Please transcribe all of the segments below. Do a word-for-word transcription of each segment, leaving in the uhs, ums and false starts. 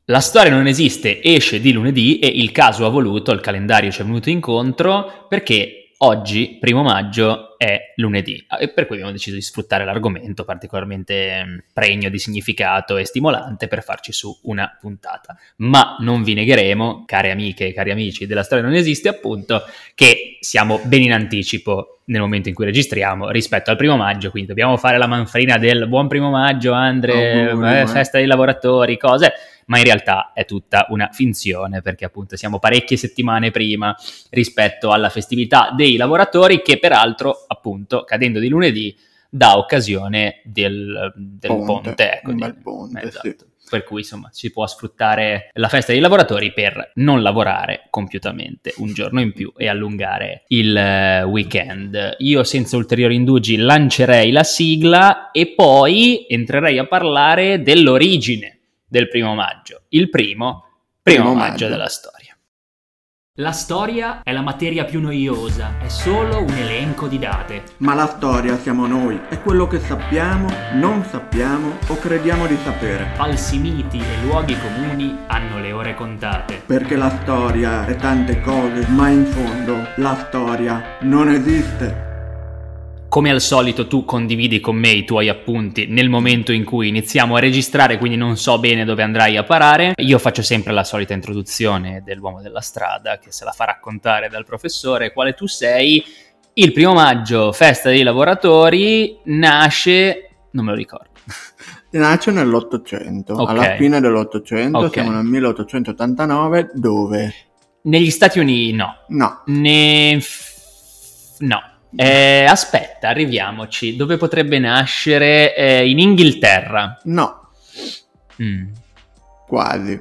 La storia non esiste esce di lunedì e il caso ha voluto, il calendario ci è venuto incontro perché oggi, primo maggio, è lunedì e per cui abbiamo deciso di sfruttare l'argomento particolarmente pregno di significato e stimolante per farci su una puntata. Ma non vi negheremo, care amiche e cari amici della storia non esiste, appunto, che siamo ben in anticipo nel momento in cui registriamo rispetto al primo maggio, quindi dobbiamo fare la manfrina del buon primo maggio, Andre, Oh, eh, festa dei lavoratori, cose... ma in realtà è tutta una finzione perché appunto siamo parecchie settimane prima rispetto alla festività dei lavoratori che peraltro appunto cadendo di lunedì dà occasione del, del ponte, ponte, ecco, un di, bel ponte, esatto. Sì. Per cui insomma si può sfruttare la festa dei lavoratori per non lavorare compiutamente un giorno in più e allungare il weekend. Io senza ulteriori indugi lancerei la sigla e poi entrerei a parlare dell'origine del primo maggio, il primo primo, primo maggio, maggio della storia. La storia è la materia più noiosa, è solo un elenco di date. Ma la storia siamo noi, è quello che sappiamo, non sappiamo o crediamo di sapere. Falsi miti e luoghi comuni hanno le ore contate. Perché la storia è tante cose, ma in fondo la storia non esiste. Come al solito tu condividi con me i tuoi appunti nel momento in cui iniziamo a registrare, quindi non so bene dove andrai a parare. Io faccio sempre la solita introduzione dell'uomo della strada, che se la fa raccontare dal professore quale tu sei. Il primo maggio, festa dei lavoratori, nasce... non me lo ricordo. Nasce nell'Ottocento, okay. Alla fine dell'Ottocento, okay. Siamo nel milleottocentottantanove, dove? Negli Stati Uniti no. No. Ne... no. Eh, aspetta, arriviamoci. Dove potrebbe nascere? Eh, in Inghilterra? No. Mm. Quasi.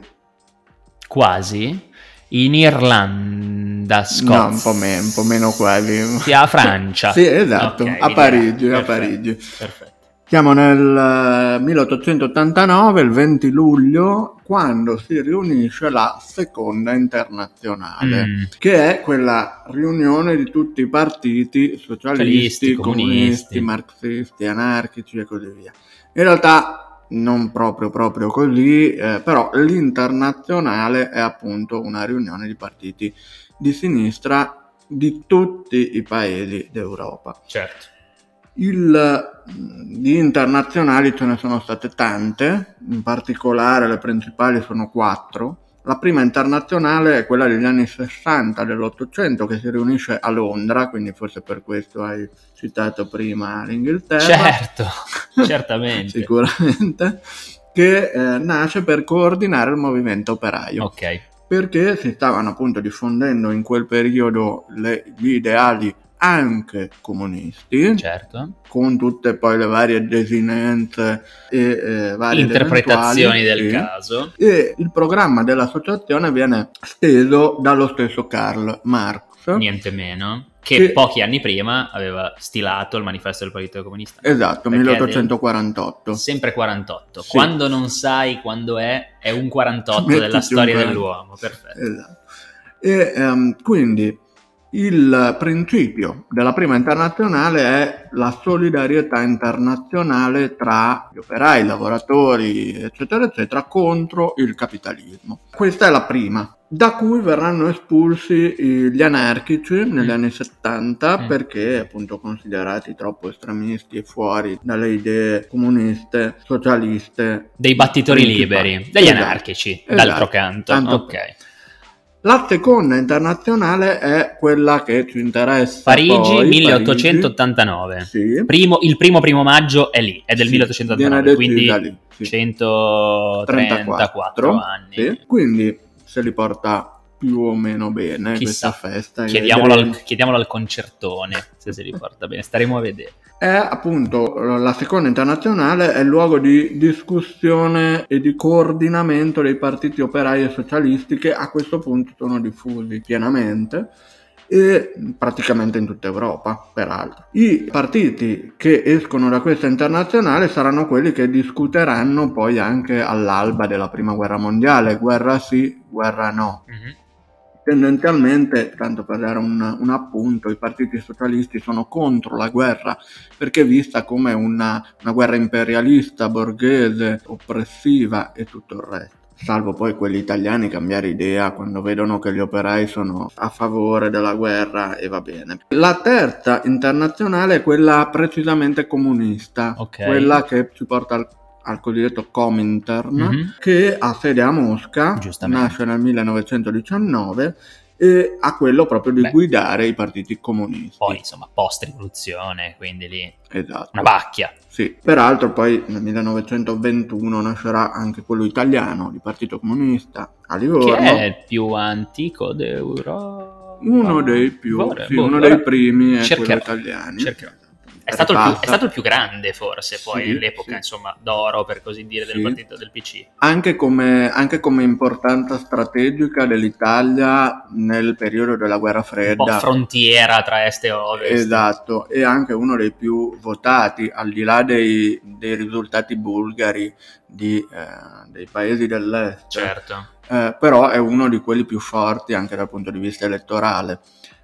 Quasi? In Irlanda, Scozia? No, un po' meno, un po' meno quasi. Sì, a Francia. Sì, esatto, okay, a Parigi, a Parigi. Perfetto. Siamo nel milleottocentottantanove, il venti luglio, quando si riunisce la Seconda Internazionale, mm. che è quella riunione di tutti i partiti socialisti, comunisti, comunisti, marxisti, anarchici e così via. In realtà non proprio proprio così, eh, però l'Internazionale è appunto una riunione di partiti di sinistra di tutti i paesi d'Europa. Certo. Il, di internazionali ce ne sono state tante, in particolare le principali sono quattro. La prima internazionale è quella degli anni sessanta dell'Ottocento, che si riunisce a Londra, quindi forse per questo hai citato prima l'Inghilterra. Certo, certamente. Sicuramente, che eh, nasce per coordinare il movimento operaio. Ok. Perché si stavano appunto diffondendo in quel periodo le, gli ideali anche comunisti, certo, con tutte poi le varie desinenze e eh, varie interpretazioni del sì. caso. E il programma dell'associazione viene steso dallo stesso Karl Marx, niente meno, che, che pochi anni prima aveva stilato il manifesto del Partito Comunista. Esatto, milleottocentoquarantotto. Sempre quarantotto. Sì. Quando non sai quando è, è un quarantotto Mettiti della storia dell'uomo. Perfetto. Esatto. E um, quindi il principio della prima internazionale è la solidarietà internazionale tra gli operai, i lavoratori, eccetera, eccetera, contro il capitalismo. Questa è la prima, da cui verranno espulsi gli anarchici negli anni settanta mm. perché appunto considerati troppo estremisti e fuori dalle idee comuniste, socialiste. Dei battitori liberi, degli esatto. anarchici, esatto. d'altro canto. Tanto ok. La seconda internazionale è quella che ci interessa. Parigi, poi, milleottocentottantanove. Parigi. Sì. Primo, il primo primo maggio è lì, è del sì, milleottocentottantanove, quindi lì, sì. centotrentaquattro anni. Sì. Quindi se li porta più o meno bene. Chissà, questa festa. Chiediamolo al, chiediamolo al concertone se se li porta bene, staremo a vedere. È appunto la seconda internazionale, è il luogo di discussione e di coordinamento dei partiti operai e socialisti che a questo punto sono diffusi pienamente e praticamente in tutta Europa, peraltro. I partiti che escono da questa internazionale saranno quelli che discuteranno poi anche all'alba della prima guerra mondiale, guerra sì, guerra no. Mm-hmm. Tendenzialmente, tanto per dare un, un appunto, i partiti socialisti sono contro la guerra perché è vista come una, una guerra imperialista, borghese, oppressiva e tutto il resto. salvo poi quelli italiani cambiare idea quando vedono che gli operai sono a favore della guerra e va bene. La terza internazionale è quella precisamente comunista, okay. quella che ci porta al, al cosiddetto Comintern, mm-hmm. che ha sede a Mosca, nasce nel millenovecentodiciannove e ha quello proprio di Beh. guidare i partiti comunisti. Poi insomma post-rivoluzione, quindi lì esatto. una pacchia. Sì, peraltro poi nel millenovecentoventuno nascerà anche quello italiano, il Partito Comunista a Livorno. Che è il più antico d'Europa. Uno dei più, Vorrei, sì, boh, uno dei primi è cercherò, quello italiano. Cercherò. È stato, più, è stato il più grande forse poi sì, nell'epoca sì. insomma d'oro per così dire del sì. partito del P C. Anche come, anche come importanza strategica dell'Italia nel periodo della guerra fredda. Un po' frontiera tra est e ovest. Esatto, e anche uno dei più votati al di là dei, dei risultati bulgari di, eh, dei paesi dell'est. Certo. Eh, però è uno di quelli più forti anche dal punto di vista elettorale.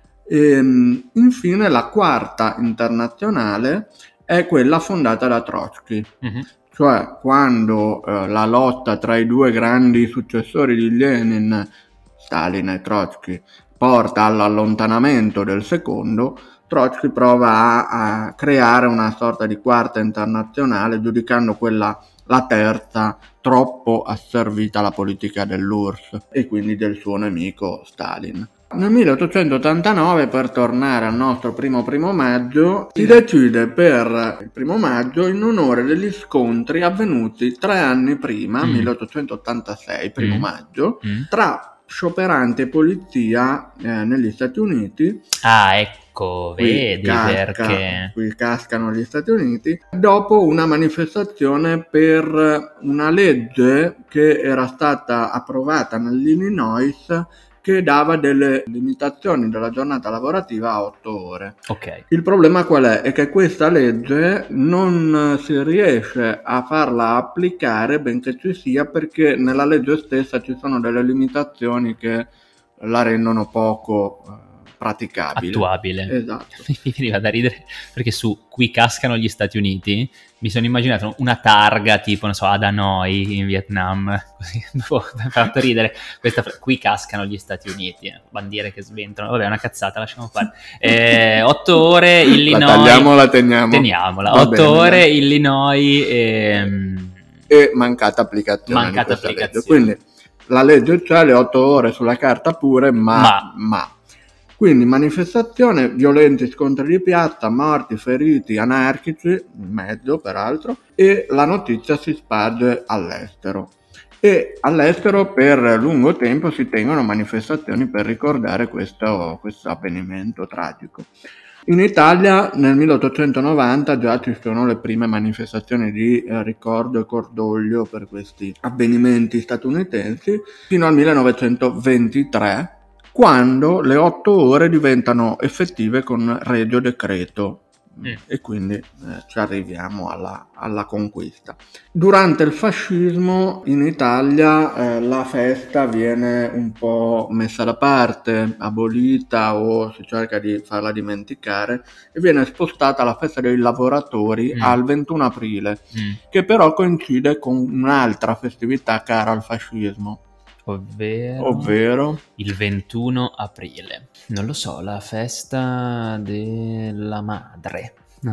E, infine la quarta internazionale è quella fondata da Trotsky, mm-hmm. cioè quando eh, la lotta tra i due grandi successori di Lenin, Stalin e Trotsky, porta all'allontanamento del secondo, Trotsky prova a, a creare una sorta di quarta internazionale, giudicando quella la terza troppo asservita alla politica dell'U R S S e quindi del suo nemico Stalin. Nel milleottocentottantanove, per tornare al nostro primo primo maggio, si decide per il primo maggio in onore degli scontri avvenuti tre anni prima, mm. milleottocentottantasei, primo mm. maggio, mm. tra scioperanti e polizia eh, negli Stati Uniti. Ah, ecco, vedi casca, perché... Qui cascano gli Stati Uniti, dopo una manifestazione per una legge che era stata approvata nell'Illinois che dava delle limitazioni della giornata lavorativa a otto ore. Okay. Il problema qual è? È che questa legge non si riesce a farla applicare benché ci sia, perché nella legge stessa ci sono delle limitazioni che la rendono poco eh, praticabile. Attuabile. Esatto. Mi veniva da ridere perché su Qui cascano gli Stati Uniti mi sono immaginato una targa tipo, non so, ad Hanoi in Vietnam, così mi ha fatto ridere questa Qui cascano gli Stati Uniti, eh. bandiere che sventolano, vabbè, una cazzata, lasciamo fare. Eh, otto ore Illinois. La tagliamo, la teniamo. Teniamola. Va otto bene, ore bene. Illinois e... e mancata applicazione. Mancata applicazione. Legge. Quindi la legge c'è, le otto ore sulla carta pure, ma... ma. ma. Quindi manifestazione, violenti scontri di piazza, morti, feriti, anarchici, in mezzo peraltro, e la notizia si sparge all'estero. E all'estero per lungo tempo si tengono manifestazioni per ricordare questo, questo avvenimento tragico. In Italia nel milleottocentonovanta già ci sono le prime manifestazioni di eh, ricordo e cordoglio per questi avvenimenti statunitensi, fino al millenovecentoventitré, quando le otto ore diventano effettive con regio decreto mm. e quindi eh, ci arriviamo alla, alla conquista. Durante il fascismo in Italia eh, la festa viene un po' messa da parte, abolita o si cerca di farla dimenticare, e viene spostata la festa dei lavoratori mm. al ventuno aprile, mm. che però coincide con un'altra festività cara al fascismo. Ovvero, Ovvero il ventuno aprile. Non lo so, la festa della madre.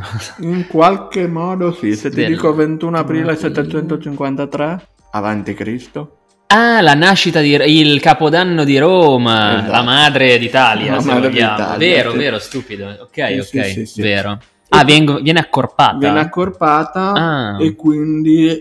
In qualche modo sì, se Del... ti dico ventuno aprile settecentocinquantatré avanti Cristo. Ah, la nascita di il Capodanno di Roma, esatto. La madre d'Italia, la se madre vogliamo. D'Italia, vero, sì. vero, stupido. Ok, sì, ok, sì, sì, sì. Vero. Ah, viene, viene accorpata. Viene accorpata ah. e quindi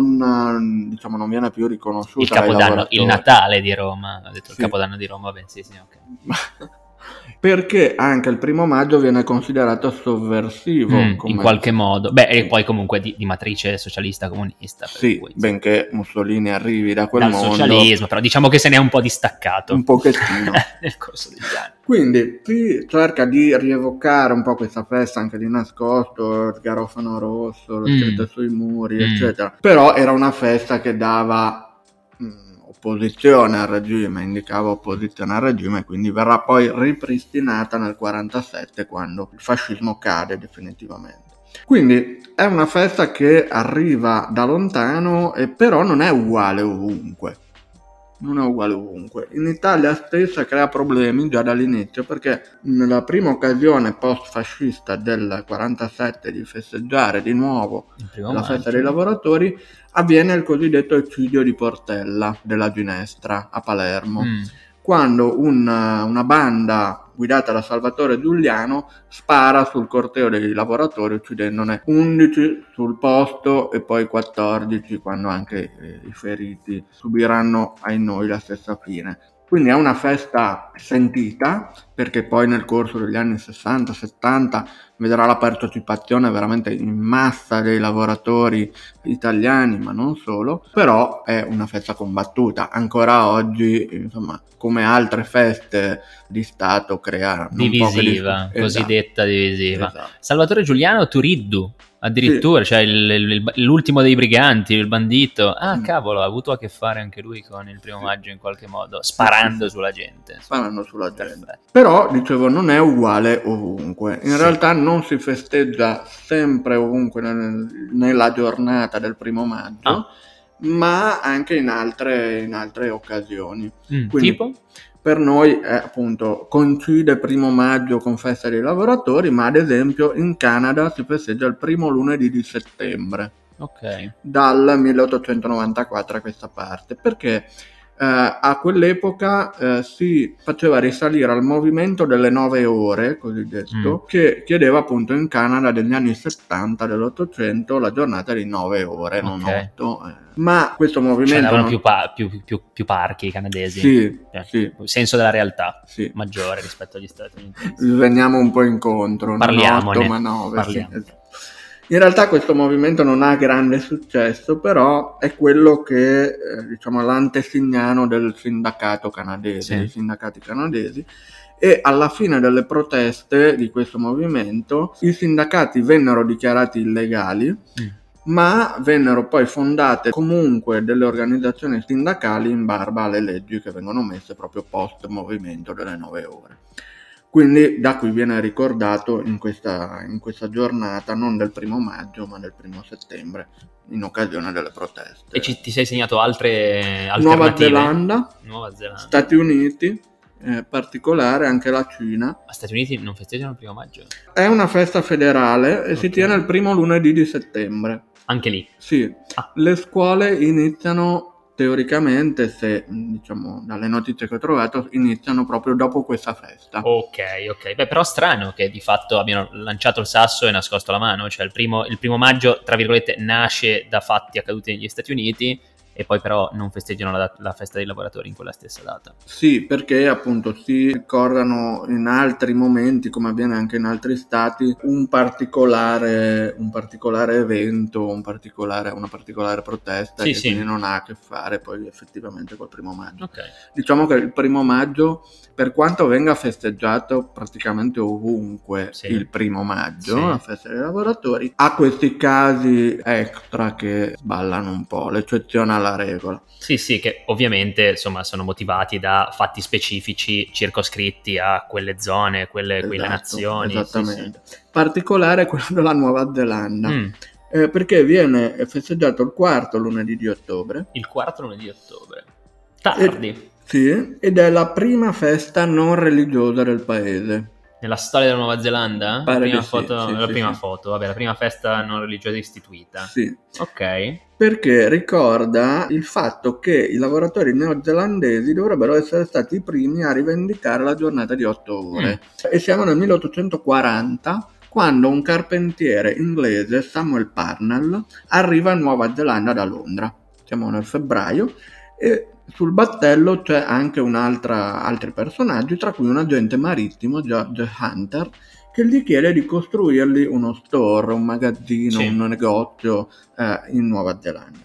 non, diciamo, non viene più riconosciuta. Il Capodanno, il Natale di Roma, ho detto sì. Il Capodanno di Roma, beh, sì, sì, ok. Perché anche il primo maggio viene considerato sovversivo. Mm, in qualche modo. Beh, e poi comunque di, di matrice socialista comunista. Sì, cui, benché Mussolini arrivi da quel dal mondo. Dal socialismo, però diciamo che se ne è un po' distaccato. Un pochettino. Nel corso degli anni. Quindi si cerca di rievocare un po' questa festa anche di nascosto, il garofano rosso, lo scritto mm. sui muri, mm. eccetera. Però era una festa che dava opposizione al regime, indicava opposizione al regime, quindi verrà poi ripristinata nel quarantasette quando il fascismo cade definitivamente. Quindi è una festa che arriva da lontano e però non è uguale ovunque. non è uguale ovunque. In Italia stessa crea problemi già dall'inizio, perché nella prima occasione post-fascista del quarantasette di festeggiare di nuovo la festa dei lavoratori, avviene il cosiddetto eccidio di Portella della Ginestra a Palermo, mm. quando una, una banda guidata da Salvatore Giuliano spara sul corteo dei lavoratori, uccidendone undici sul posto e poi quattordici quando anche eh, i feriti subiranno ai noi la stessa fine. Quindi è una festa sentita, perché poi nel corso degli anni sessanta settanta vedrà la partecipazione veramente in massa dei lavoratori italiani, ma non solo, però è una festa combattuta. Ancora oggi, insomma, come altre feste di Stato, crea divisiva, di... cosiddetta esatto. divisiva. Esatto. Salvatore Giuliano Turiddu, addirittura, sì. Cioè il, il, l'ultimo dei briganti, il bandito. Ah, mm. cavolo, ha avuto a che fare anche lui con il primo maggio in qualche modo, sparando sì. sulla gente. Sparando sulla gente. Perfetto. Però, dicevo, non è uguale ovunque. In sì. realtà non si festeggia sempre ovunque nel, nella giornata del primo maggio, ah. ma anche in altre, in altre occasioni. Mm, Quindi, tipo? Per noi è appunto coincide primo maggio con festa dei lavoratori, ma ad esempio in Canada si festeggia il primo lunedì di settembre, okay. dal milleottocentonovantaquattro a questa parte, perché eh, a quell'epoca eh, si faceva risalire al movimento delle nove ore, cosiddetto, mm. che chiedeva appunto in Canada degli anni settanta dell'Ottocento la giornata di nove ore, okay. non otto. Eh. Ma questo movimento... Cioè avevano non... più, pa- più, più, più parchi i canadesi. Sì, eh, sì. Senso della realtà sì. maggiore rispetto agli Stati Uniti. Veniamo un po' incontro, parliamone, non otto ma nove. Parliamo. Sì. In realtà questo movimento non ha grande successo, però è quello che eh, diciamo l'antesignano del sindacato canadese, sì. dei sindacati canadesi, e alla fine delle proteste di questo movimento i sindacati vennero dichiarati illegali, mm. ma vennero poi fondate comunque delle organizzazioni sindacali in barba alle leggi che vengono messe proprio post movimento delle nove ore. Quindi da qui viene ricordato in questa, in questa giornata, non del primo maggio, ma del primo settembre, in occasione delle proteste. E ci, ti sei segnato altre alternative? Nuova Zelanda, Nuova Zelanda. Stati Uniti, eh, particolare anche la Cina. Ma Stati Uniti non festeggiano il primo maggio? È una festa federale e okay. si tiene il primo lunedì di settembre. Anche lì? Sì. Ah. Le scuole iniziano... teoricamente, se diciamo dalle notizie che ho trovato, iniziano proprio dopo questa festa. Ok, ok. Beh, però strano che di fatto abbiano lanciato il sasso e nascosto la mano. Cioè il primo, il primo maggio, tra virgolette, nasce da fatti accaduti negli Stati Uniti e poi però non festeggiano la, la festa dei lavoratori in quella stessa data. Sì, perché appunto si ricordano in altri momenti, come avviene anche in altri stati, un particolare, un particolare evento, un particolare, una particolare protesta sì, che sì. quindi non ha a che fare poi effettivamente col primo maggio. Okay. Diciamo che il primo maggio, per quanto venga festeggiato praticamente ovunque sì. il primo maggio, sì. la festa dei lavoratori, ha questi casi extra che sballano un po', l'eccezione alla regola. Sì, sì, che ovviamente insomma sono motivati da fatti specifici circoscritti a quelle zone, quelle, esatto, quelle nazioni. Esattamente. Sì, sì. Particolare è quello della Nuova Zelanda, mm. eh, perché viene festeggiato il quarto lunedì di ottobre. Il quarto lunedì di ottobre. Tardi. E, sì, ed è la prima festa non religiosa del paese. Nella storia della Nuova Zelanda? La prima, sì, foto, sì, la sì, prima sì. foto, vabbè, la prima festa non religiosa istituita. Sì. Ok. Perché ricorda il fatto che i lavoratori neozelandesi dovrebbero essere stati i primi a rivendicare la giornata di otto ore. Mm. E siamo nel milleottocentoquaranta, quando un carpentiere inglese, Samuel Parnell, arriva in Nuova Zelanda da Londra. Siamo nel febbraio e sul battello c'è anche un'altra altri personaggi, tra cui un agente marittimo, George Hunter, che gli chiede di costruirgli uno store, un magazzino, sì. un negozio eh, in Nuova Zelanda.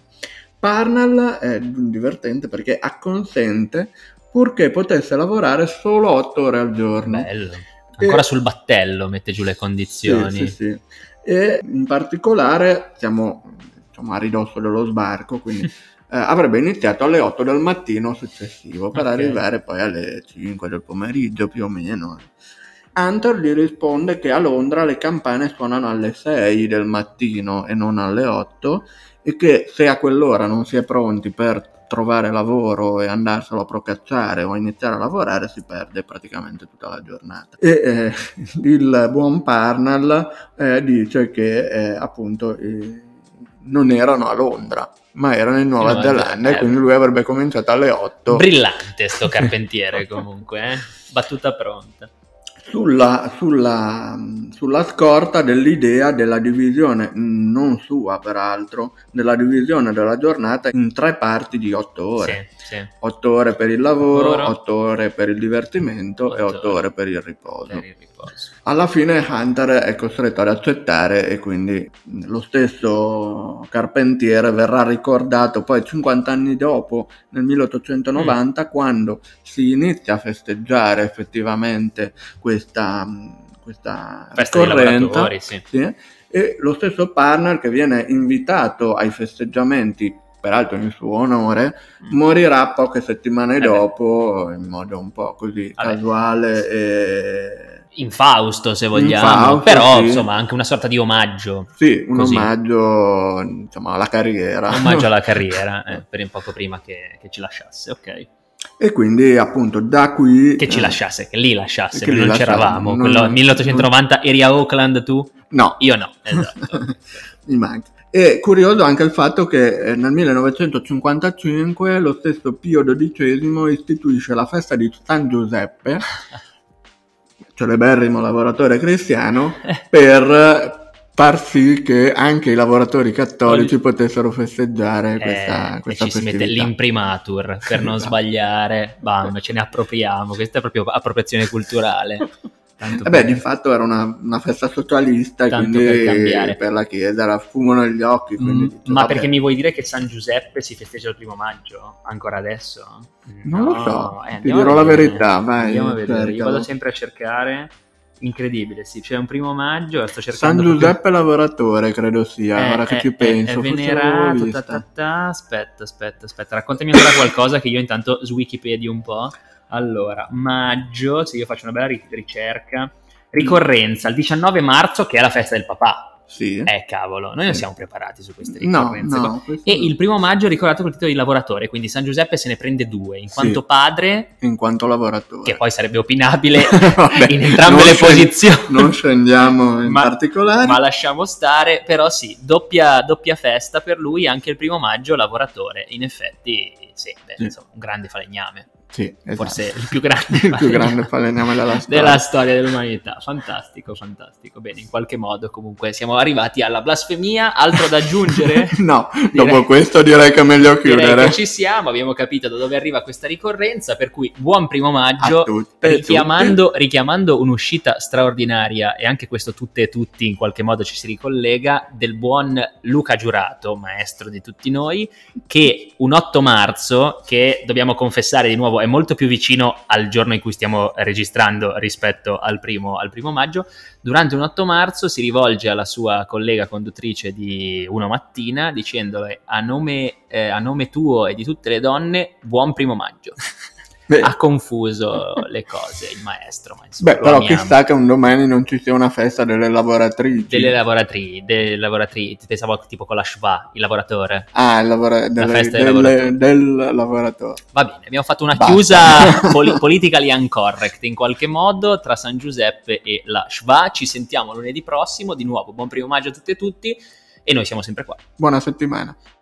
Parnell è divertente perché acconsente purché potesse lavorare solo otto ore al giorno. Bello. Ancora e... sul battello mette giù le condizioni. Sì, sì, sì. E in particolare siamo diciamo, a ridosso dello sbarco, quindi eh, avrebbe iniziato alle otto del mattino successivo per okay. arrivare poi alle cinque del pomeriggio più o meno. Hunter gli risponde che a Londra le campane suonano alle sei del mattino e non alle otto e che se a quell'ora non si è pronti per trovare lavoro e andarselo a procacciare o a iniziare a lavorare, si perde praticamente tutta la giornata. E eh, il buon Parnell eh, dice che eh, appunto eh, non erano a Londra, ma erano in Nuova, Nuova Zelanda, e quindi lui avrebbe cominciato alle otto. Brillante sto Carpentiere comunque, eh? Battuta pronta. Sulla, sulla, sulla scorta dell'idea della divisione, non sua peraltro, della divisione della giornata in tre parti di otto ore. Sì, sì. Otto ore per il lavoro, lavoro, otto ore per il divertimento otto e otto ore, ore per il riposo. Per il riposo. Alla fine Hunter è costretto ad accettare e quindi lo stesso Carpentiere verrà ricordato poi cinquanta anni dopo, nel milleottocentonovanta, mm. quando si inizia a festeggiare effettivamente questa, questa ricorrenza. Sì. Sì, e lo stesso Parnell, che viene invitato ai festeggiamenti, peraltro in suo onore, mm. morirà poche settimane eh dopo beh. in modo un po' così Vabbè. casuale e... infausto, se vogliamo, infausto, però sì. insomma anche una sorta di omaggio. Sì, un così. omaggio insomma alla carriera. Un omaggio alla carriera, eh, per un poco prima che, che ci lasciasse, ok. E quindi appunto da qui... Che ci eh, lasciasse, che lì lasciasse, che noi lì non c'eravamo. Non, Quello milleottocentonovanta non... eri a Auckland tu? No. Io no, esatto. Mi manca. È curioso anche il fatto che nel millenovecentocinquantacinque lo stesso Pio dodicesimo istituisce la festa di San Giuseppe, celeberrimo lavoratore cristiano, per far sì che anche i lavoratori cattolici potessero festeggiare questa, eh, questa e ci festività. Si mette l'imprimatur per non sbagliare, bam, ce ne appropriamo, questa è proprio appropriazione culturale. Eh beh, di fatto era una, una festa socialista, tanto quindi per, cambiare. per la Chiesa era fumo negli occhi. Quindi mm, dice, ma vabbè. Perché mi vuoi dire che San Giuseppe si festeggia il primo maggio? Ancora adesso? Non no, lo so, eh, ti dirò la verità. Vai, andiamo a vedere, cercalo. Io vado sempre a cercare. Incredibile, sì, c'è un primo maggio, sto cercando San Giuseppe proprio... lavoratore, credo sia, eh, ora che eh, ci penso. È venerato, ta, ta, ta. aspetta, aspetta, aspetta, raccontami ancora qualcosa che io intanto su Wikipedia un po'. Allora, maggio, se io faccio una bella ricerca, ricorrenza, il diciannove marzo, che è la festa del papà. Sì. Eh cavolo, noi sì. non siamo preparati su queste ricorrenze. No, no, e il primo maggio è ricordato col titolo di lavoratore, quindi San Giuseppe se ne prende due, in quanto sì. padre, in quanto lavoratore, che poi sarebbe opinabile Vabbè, in entrambe le scend- posizioni. Non scendiamo in ma, particolare, ma lasciamo stare. Però sì, doppia, doppia festa per lui, anche il primo maggio lavoratore. In effetti, sì, beh, sì. Insomma, un grande falegname. Sì, esatto. Forse il più grande il più grande falegname della storia. della storia dell'umanità. Fantastico, fantastico. Bene, in qualche modo comunque siamo arrivati alla blasfemia. Altro da aggiungere? No, direi, dopo questo direi che è meglio chiudere. Direi che ci siamo, abbiamo capito da dove arriva questa ricorrenza, per cui buon primo maggio, tutte, richiamando, richiamando un'uscita straordinaria, e anche questo tutte e tutti in qualche modo ci si ricollega, del buon Luca Giurato, maestro di tutti noi, che un otto marzo, che dobbiamo confessare di nuovo è molto più vicino al giorno in cui stiamo registrando rispetto al primo, al primo maggio, durante un otto marzo si rivolge alla sua collega conduttrice di Uno Mattina dicendole a nome, eh, a nome tuo e di tutte le donne buon primo maggio. Beh. Ha confuso le cose il maestro, ma insomma, beh, però amiamo. Chissà che un domani non ci sia una festa delle lavoratrici. Delle lavoratrici, delle lavoratrici, pensavo tipo con la Shva, il lavoratore. Ah, il lavora- delle, la festa delle, lavoratore. del lavoratore. Va bene, abbiamo fatto una Basta. chiusa poli- politically incorrect in qualche modo tra San Giuseppe e la Shva. Ci sentiamo lunedì prossimo, di nuovo buon primo maggio a tutte e tutti, e noi siamo sempre qua. Buona settimana.